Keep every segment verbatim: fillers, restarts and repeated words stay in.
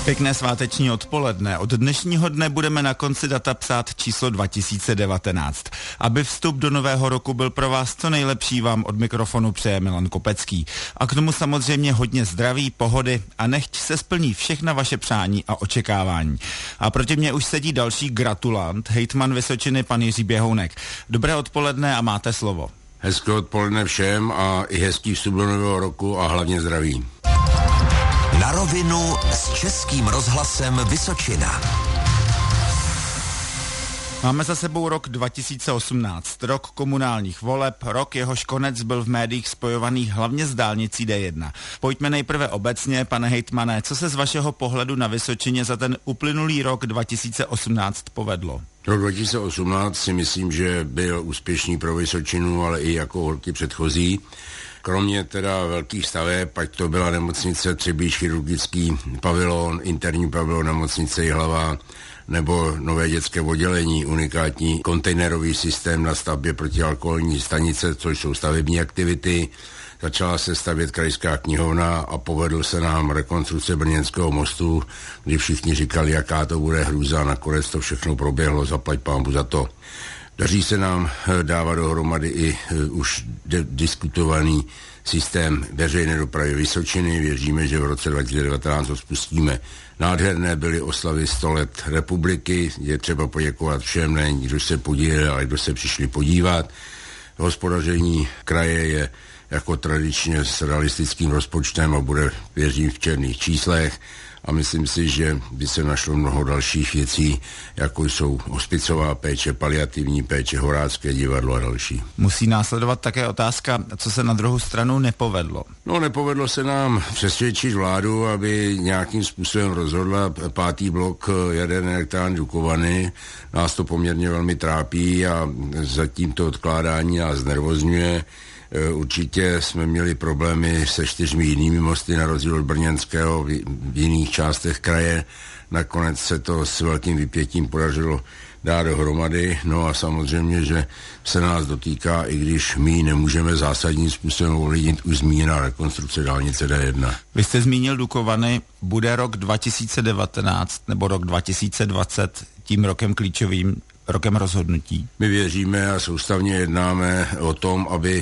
Pěkné sváteční odpoledne. Od dnešního dne budeme na konci data psát číslo dva tisíce devatenáct. Aby vstup do nového roku byl pro vás co nejlepší, vám od mikrofonu přeje Milan Kopecký. A k tomu samozřejmě hodně zdraví, pohody a nechť se splní všechna vaše přání a očekávání. A proti mě už sedí další gratulant, hejtman Vysočiny pan Jiří Běhounek. Dobré odpoledne a máte slovo. Hezké odpoledne všem a i hezký vstup do nového roku a hlavně zdraví. Na rovinu s Českým rozhlasem Vysočina. Máme za sebou rok dva tisíce osmnáct, rok komunálních voleb, rok jehož konec byl v médiích spojovaný hlavně s dálnicí D jedna. Pojďme nejprve obecně, pane hejtmane, co se z vašeho pohledu na Vysočině za ten uplynulý rok dva tisíce osmnáct povedlo? Rok dva tisíce osmnáct si myslím, že byl úspěšný pro Vysočinu, ale i jako roky předchozí. Kromě teda velkých staveb, ať to byla nemocnice Třebíč, chirurgický pavilon, interní pavilon nemocnice Jihlava, nebo nové dětské oddělení, unikátní kontejnerový systém na stavbě protialkoholní stanice, což jsou stavební aktivity. Začala se stavět krajská knihovna a povedl se nám rekonstrukce Brněnského mostu, kdy všichni říkali, jaká to bude hrůza, nakonec to všechno proběhlo, zaplať pánbu za to. Daří se nám dávat dohromady i už de- diskutovaný systém veřejné dopravy Vysočiny. Věříme, že v roce dva tisíce devatenáct ho spustíme. Nádherné byly oslavy sto let republiky. Je třeba poděkovat všem, ne kdo se podílel, ale kdo se přišli podívat. Hospodaření kraje je jako tradičně s realistickým rozpočtem a bude, věřím, v černých číslech. A myslím si, že by se našlo mnoho dalších věcí, jako jsou hospicová péče, paliativní péče, Horácké divadlo a další. Musí následovat také otázka, co se na druhou stranu nepovedlo. No, nepovedlo se nám přesvědčit vládu, aby nějakým způsobem rozhodla pátý blok jaderné elektrárny Dukovany. Nás to poměrně velmi trápí a zatím to odkládání nás znervozňuje. Určitě jsme měli problémy se čtyřmi jinými mosty na rozdíl od brněnského v jiných částech kraje. Nakonec se to s velkým vypětím podařilo dát dohromady. No a samozřejmě, že se nás dotýká, i když my nemůžeme zásadním způsobem ovlivnit už zmíněná rekonstrukce dálnice D jedna. Vy jste zmínil Dukovany, bude rok dva tisíce devatenáct nebo rok dva tisíce dvacet tím rokem klíčovým, rokem rozhodnutí? My věříme a soustavně jednáme o tom, aby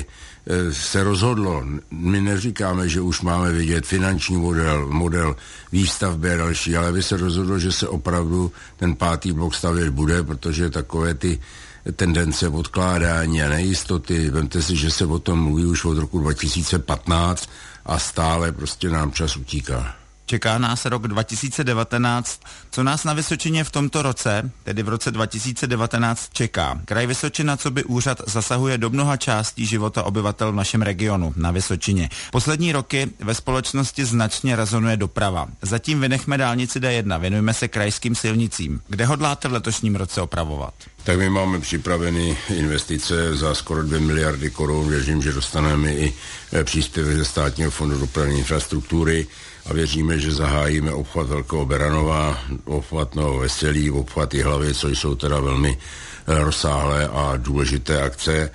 se rozhodlo. My neříkáme, že už máme vidět finanční model, model výstavby a další, ale aby se rozhodlo, že se opravdu ten pátý blok stavět bude, protože takové ty tendence odkládání a nejistoty, vemte si, že se o tom mluví už od roku dva tisíce patnáct a stále prostě nám čas utíká. Čeká nás rok dva tisíce devatenáct. Co nás na Vysočině v tomto roce, tedy v roce dva tisíce devatenáct, čeká? Kraj Vysočina coby úřad zasahuje do mnoha částí života obyvatel v našem regionu, na Vysočině. Poslední roky ve společnosti značně rezonuje doprava. Zatím vynechme dálnici D jedna, věnujeme se krajským silnicím. Kde hodláte v letošním roce opravovat? Tak my máme připraveny investice za skoro dvě miliardy korun. Věřím, že dostaneme i příspěvek ze Státního fondu dopravní infrastruktury a věříme, že zahájíme obchvat Velkého Beranova, obchvat Nového Veselí, obchvat Jihlavy, což jsou teda velmi rozsáhlé a důležité akce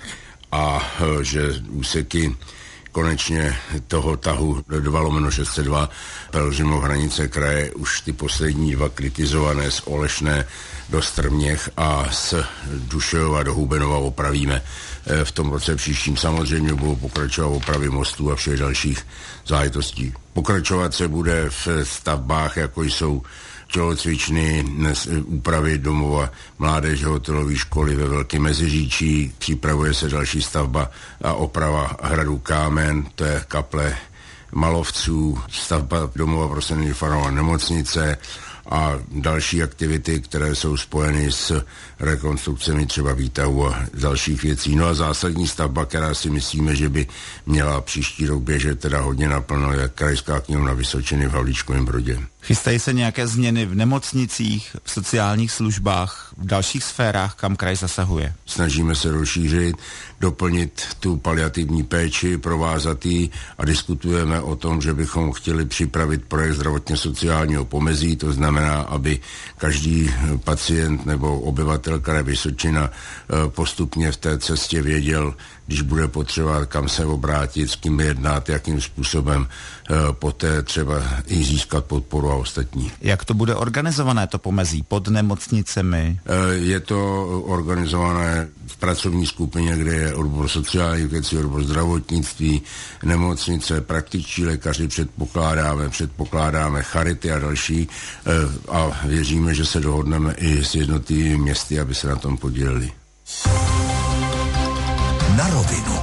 a že úseky konečně toho tahu dva lomeno šest set dva Pelhřimov hranice kraje už ty poslední dva kritizované z Olešné do Strměch a z Dušejova do Hubenova opravíme v tom roce příštím. Samozřejmě budou pokračovat opravy mostů a všech dalších záležitostí. Pokračovat se bude v stavbách, jako jsou tělocvičny, úpravy domova mládeže, hotelové školy ve Velkém Meziříčí, připravuje se další stavba a oprava hradu Kámen, to je kaple Malovců, stavba domova pro seniory Farmova nemocnice a další aktivity, které jsou spojeny s rekonstrukcemi třeba výtahu a dalších věcí. No a zásadní stavba, která si myslíme, že by měla příští rok běžet teda hodně naplno, je krajská knihovna Vysočiny v Havlíčkovém Brodě. Chystají se nějaké změny v nemocnicích, v sociálních službách, v dalších sférách, kam kraj zasahuje? Snažíme se rozšířit, doplnit tu paliativní péči, provázat ji a diskutujeme o tom, že bychom chtěli připravit projekt zdravotně sociálního pomezí, to znamená, aby každý pacient nebo obyvatel kraje Vysočina postupně v té cestě věděl, když bude potřeba, kam se obrátit, s kým jednat, jakým způsobem poté třeba i získat podporu a ostatní. Jak to bude organizované, to pomezí? Pod nemocnicemi? Je to organizované v pracovní skupině, kde je odbor sociální věcí, odbor zdravotnictví, nemocnice, praktičtí lékaři předpokládáme, předpokládáme charity a další a věříme, že se dohodneme i s jednotlivými městy, aby se na tom podíleli. Na rovinu.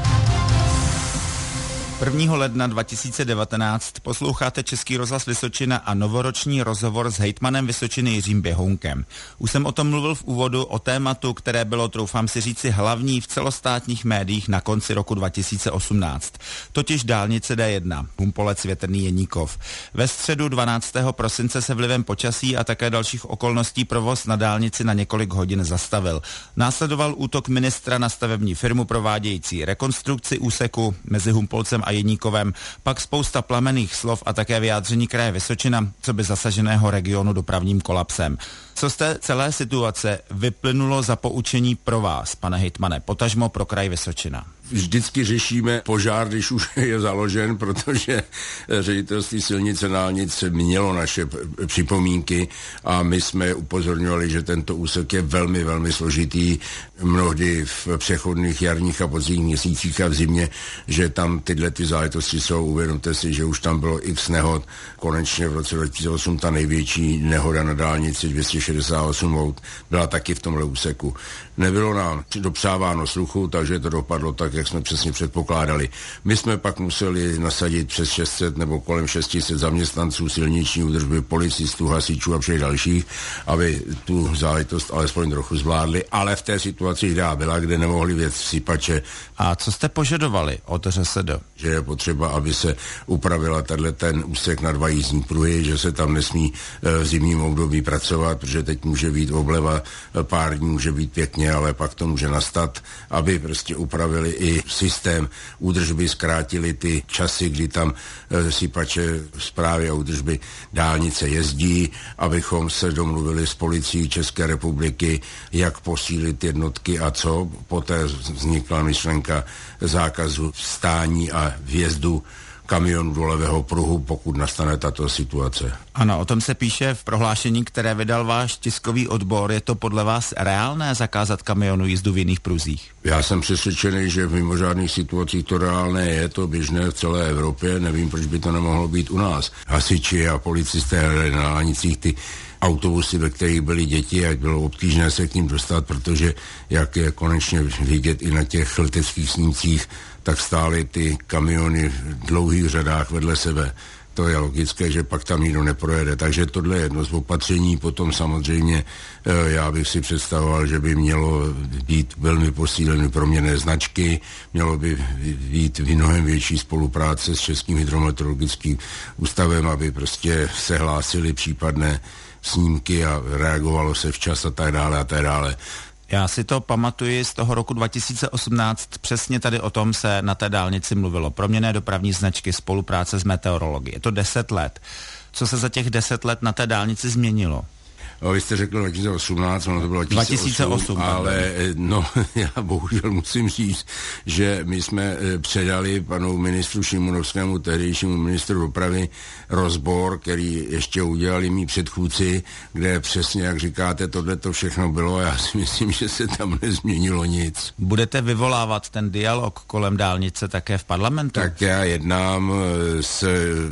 prvního ledna dva tisíce devatenáct posloucháte Český rozhlas Vysočina a novoroční rozhovor s hejtmanem Vysočiny Jiřím Běhounkem. Už jsem o tom mluvil v úvodu, o tématu, které bylo, troufám si říci, hlavní v celostátních médiích na konci roku dva tisíce osmnáct. Totiž dálnice D jedna, Humpolec Větrný Jeníkov. Ve středu dvanáctého prosince se vlivem počasí a také dalších okolností provoz na dálnici na několik hodin zastavil. Následoval útok ministra na stavební firmu provádějící rekonstrukci úseku mezi Humpolcem a Jeníkovem, pak spousta plamenných slov a také vyjádření kraje Vysočina, co by zasaženého regionu dopravním kolapsem. Co z té celé situace vyplynulo za poučení pro vás, pane hejtmane, potažmo pro kraj Vysočina? Vždycky řešíme požár, když už je založen, protože ředitelství silnice dálnic mělo naše připomínky a my jsme upozorňovali, že tento úsek je velmi, velmi složitý, mnohdy v přechodných jarních a podzimních měsících a v zimě, že tam tyhle ty záležitosti jsou. Uvědomte si, že už tam bylo x nehod. Konečně v roce dva tisíce osm ta největší nehoda na dálnici dvě stě šedesát osm volt byla taky v tomhle úseku. Nebylo nám dopřáváno sluchu, takže to dopadlo tak, jak jsme přesně předpokládali. My jsme pak museli nasadit přes šest set nebo kolem šest set zaměstnanců silniční údržby, policistů, hasičů a všech dalších, aby tu záležitost alespoň trochu zvládli, ale v té situaci, která byla, kde nemohli věc sypače. A co jste požadovali od R S D? Že je potřeba, aby se upravila tenhle ten úsek na dva jízdní pruhy, že se tam nesmí v zimním období pracovat, protože teď může být obleva, pár dní může být pěkně, ale pak to může nastat, aby prostě upravili i systém údržby, zkrátili ty časy, kdy tam e, sypače správy a údržby dálnice jezdí, abychom se domluvili s policií České republiky, jak posílit jednotky a co. Poté vznikla myšlenka zákazu stání a vjezdu kamionů do levého pruhu, pokud nastane tato situace. Ano, o tom se píše v prohlášení, které vydal váš tiskový odbor. Je to podle vás reálné zakázat kamionu jízdu v jiných pruzích? Já jsem přesvědčený, že v mimořádných situacích to reálné je, to běžné v celé Evropě. Nevím, proč by to nemohlo být u nás. Hasiči a policisté na dálnicích, ty autobusy, ve kterých byly děti, ať bylo obtížné se k ním dostat, protože jak je konečně vidět i na těch leteckých snímcích, tak stály ty kamiony v dlouhých řadách vedle sebe. To je logické, že pak tam nikdo neprojede. Takže tohle je jedno z opatření. Potom samozřejmě já bych si představoval, že by mělo být velmi posíleny proměnné značky, mělo by být mnohem větší spolupráce s Českým hydrometeorologickým ústavem, aby prostě se hlásily případné snímky a reagovalo se včas a tak dále a tak dále. Já si to pamatuji z toho roku dva tisíce osmnáct, přesně tady o tom se na té dálnici mluvilo. Proměnné dopravní značky, spolupráce s meteorologií. Je to deset let. Co se za těch deset let na té dálnici změnilo? No, vy jste řekl dva tisíce osmnáct, ono to bylo dva tisíce osm, ale no, já bohužel musím říct, že my jsme předali panu ministru Šimonovskému, tehdejšímu ministru dopravy, rozbor, který ještě udělali mý předchůdci, kde přesně, jak říkáte, tohle to všechno bylo a já si myslím, že se tam nezměnilo nic. Budete vyvolávat ten dialog kolem dálnice také v parlamentu? Tak já jednám s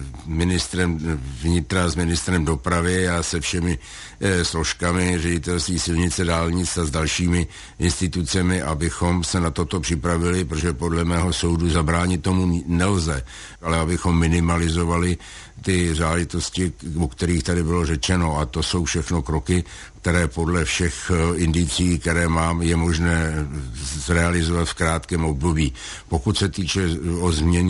ministrem vnitra, s ministrem dopravy a se všemi složkami ředitelství silnice dálnic a s dalšími institucemi, abychom se na toto připravili, protože podle mého soudu zabránit tomu nelze, ale abychom minimalizovali ty záležitosti, o kterých tady bylo řečeno, a to jsou všechno kroky, které podle všech indicí, které mám, je možné zrealizovat v krátkém období. Pokud se týče o změně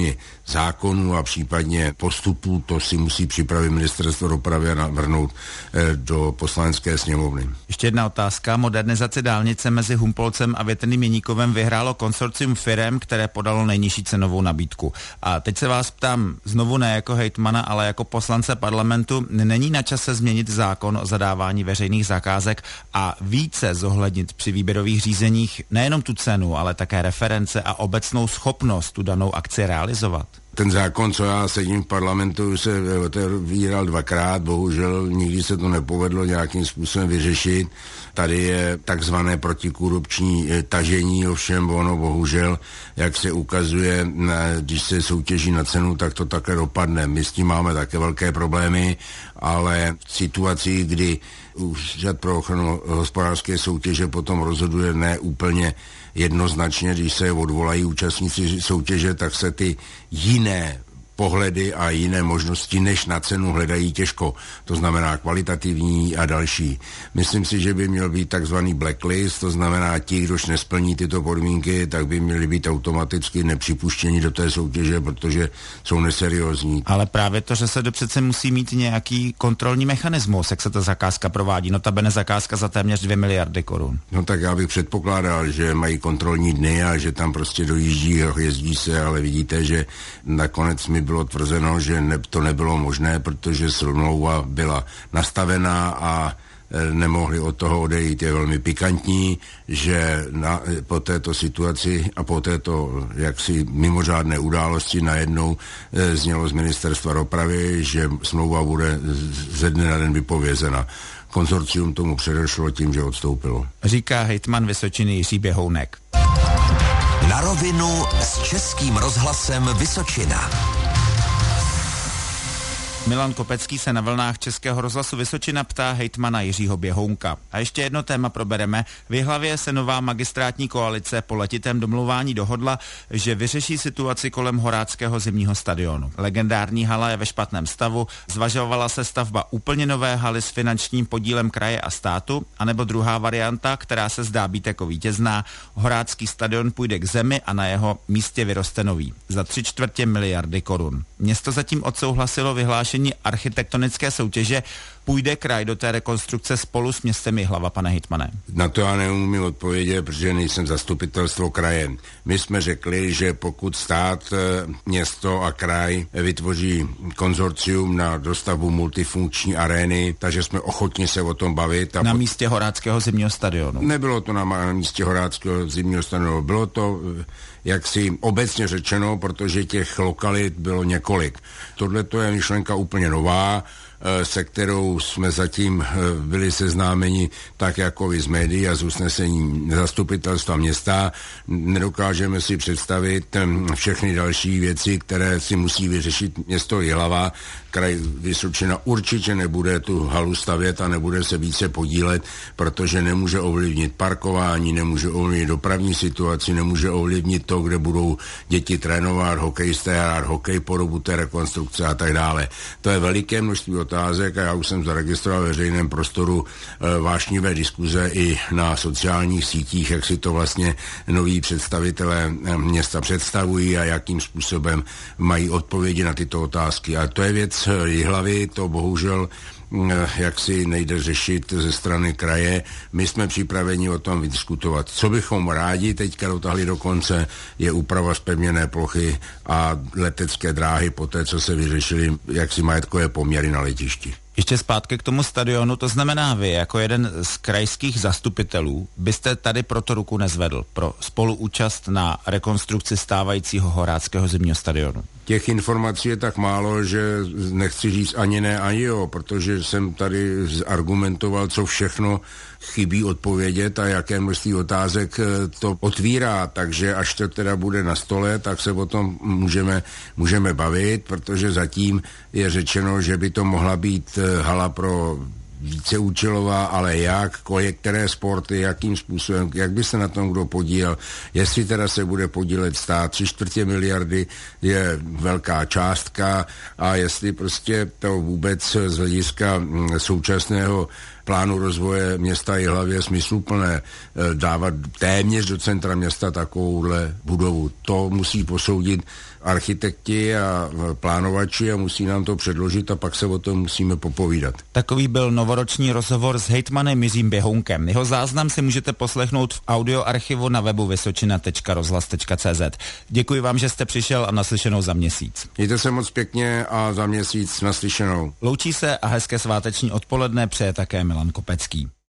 zákonů a případně postupů, to si musí připravit ministerstvo dopravy a navrhnout eh, do poslanecké sněmovny. Ještě jedna otázka. Modernizaci dálnice mezi Humpolcem a Větrným Jeníkovem vyhrálo konsorcium firem, které podalo nejnižší cenovou nabídku. A teď se vás ptám znovu ne jako hejtmana, ale jako poslance parlamentu. Není na čase změnit zákon o zadávání veřejných zakázek a více zohlednit při výběrových řízeních nejenom tu cenu, ale také reference a obecnou schopnost tu danou akci realizovat? Ten zákon, co já sedím v parlamentu, se otevíral dvakrát, bohužel nikdy se to nepovedlo nějakým způsobem vyřešit. Tady je takzvané protikorupční tažení, ovšem ono bohužel, jak se ukazuje, když se soutěží na cenu, tak to také dopadne. My s tím máme také velké problémy, ale v situaci, kdy Úřad pro ochranu hospodářské soutěže potom rozhoduje ne úplně jednoznačně, když se odvolají účastníci soutěže, tak se ty jiné pohledy a jiné možnosti než na cenu hledají těžko. To znamená kvalitativní a další. Myslím si, že by měl být takzvaný blacklist, to znamená ti, kdož nesplní tyto podmínky, tak by měli být automaticky nepřipuštěni do té soutěže, protože jsou neseriózní. Ale právě to, že se do přece musí mít nějaký kontrolní mechanismus, jak se ta zakázka provádí. Notabene zakázka za téměř dvě miliardy korun. No tak já bych předpokládal, že mají kontrolní dny a že tam prostě dojíždí a jezdí se, ale vidíte, že nakonec mi bylo tvrzeno, že ne, to nebylo možné, protože smlouva byla nastavená a e, nemohli od toho odejít. Je velmi pikantní, že na, po této situaci a po této jaksi mimořádné události najednou e, znělo z ministerstva dopravy, že smlouva bude ze dne na den vypovězena. Konzorcium tomu předešlo tím, že odstoupilo. Říká hejtman Vysočiny Jiří Běhounek. Na rovinu s Českým rozhlasem Vysočina. Milan Kopecký se na vlnách Českého rozhlasu Vysočina ptá hejtmana Jiřího Běhounka. A ještě jedno téma probereme. V Jihlavě se nová magistrátní koalice po letitém domluvání dohodla, že vyřeší situaci kolem Horáckého zimního stadionu. Legendární hala je ve špatném stavu, zvažovala se stavba úplně nové haly s finančním podílem kraje a státu, anebo druhá varianta, která se zdá být jako vítězná. Horácký stadion půjde k zemi a na jeho místě vyroste nový. Za tři čtvrtě miliardy korun. Město zatím odsouhlasilo vyhlášení architektonické soutěže. Půjde kraj do té rekonstrukce spolu s městem Jihlava, pane hejtmane? Na to já neumím odpovědět, protože nejsem zastupitelstvo kraje. My jsme řekli, že pokud stát, město a kraj vytvoří konzorcium na dostavbu multifunkční arény, takže jsme ochotni se o tom bavit. A na pot... místě Horáckého zimního stadionu? Nebylo to na místě Horáckého zimního stadionu, bylo to jaksi obecně řečeno, protože těch lokalit bylo několik. Tohle to je myšlenka úplně nová, se kterou jsme zatím byli seznámeni tak jako vy z médií a z usnesení zastupitelstva města. Nedokážeme si představit všechny další věci, které si musí vyřešit město Jihlava. Kraj Vysočina určitě nebude tu halu stavět a nebude se více podílet, protože nemůže ovlivnit parkování, nemůže ovlivnit dopravní situaci, nemůže ovlivnit to, kde budou děti trénovat, hokejisté hrát hokej po dobu té rekonstrukce a tak dále. To je veliké množství otázek a já už jsem zaregistroval v veřejném prostoru e, vášnivé diskuze i na sociálních sítích, jak si to vlastně noví představitelé města představují a jakým způsobem mají odpovědi na tyto otázky. A to je věc Jihlavy, to bohužel jak si nejde řešit ze strany kraje. My jsme připraveni o tom vydiskutovat. Co bychom rádi teďka dotáhli do konce, je úprava zpevněné plochy a letecké dráhy po té, co se vyřešili jaksi majetkové poměry na letišti. Ještě zpátky k tomu stadionu, to znamená vy, jako jeden z krajských zastupitelů, byste tady proto ruku nezvedl pro spoluúčast na rekonstrukci stávajícího Horáckého zimního stadionu? Těch informací je tak málo, že nechci říct ani ne, ani jo, protože jsem tady argumentoval, co všechno chybí odpovědět a jaké množství otázek to otvírá, takže až to teda bude na stole, tak se o tom můžeme, můžeme bavit, protože zatím je řečeno, že by to mohla být hala pro víceúčelová, ale jak, které sporty, jakým způsobem, jak by se na tom kdo podílel, jestli teda se bude podílet stát, tři čtvrtě miliardy je velká částka a jestli prostě to vůbec z hlediska současného plánu rozvoje města Jihlavě smysluplné dávat téměř do centra města takovouhle budovu. To musí posoudit architekti a plánovači a musí nám to předložit a pak se o tom musíme popovídat. Takový byl novoroční rozhovor s hejtmanem Jiřím Běhounkem. Jeho záznam si můžete poslechnout v audioarchivu na webu vysočina tečka rozhlas tečka cé zet. Děkuji vám, že jste přišel a naslyšenou za měsíc. Mějte se moc pěkně a za měsíc naslyšenou. Loučí se a hezké sváteční odpoledne přeje také Milan Kopecký.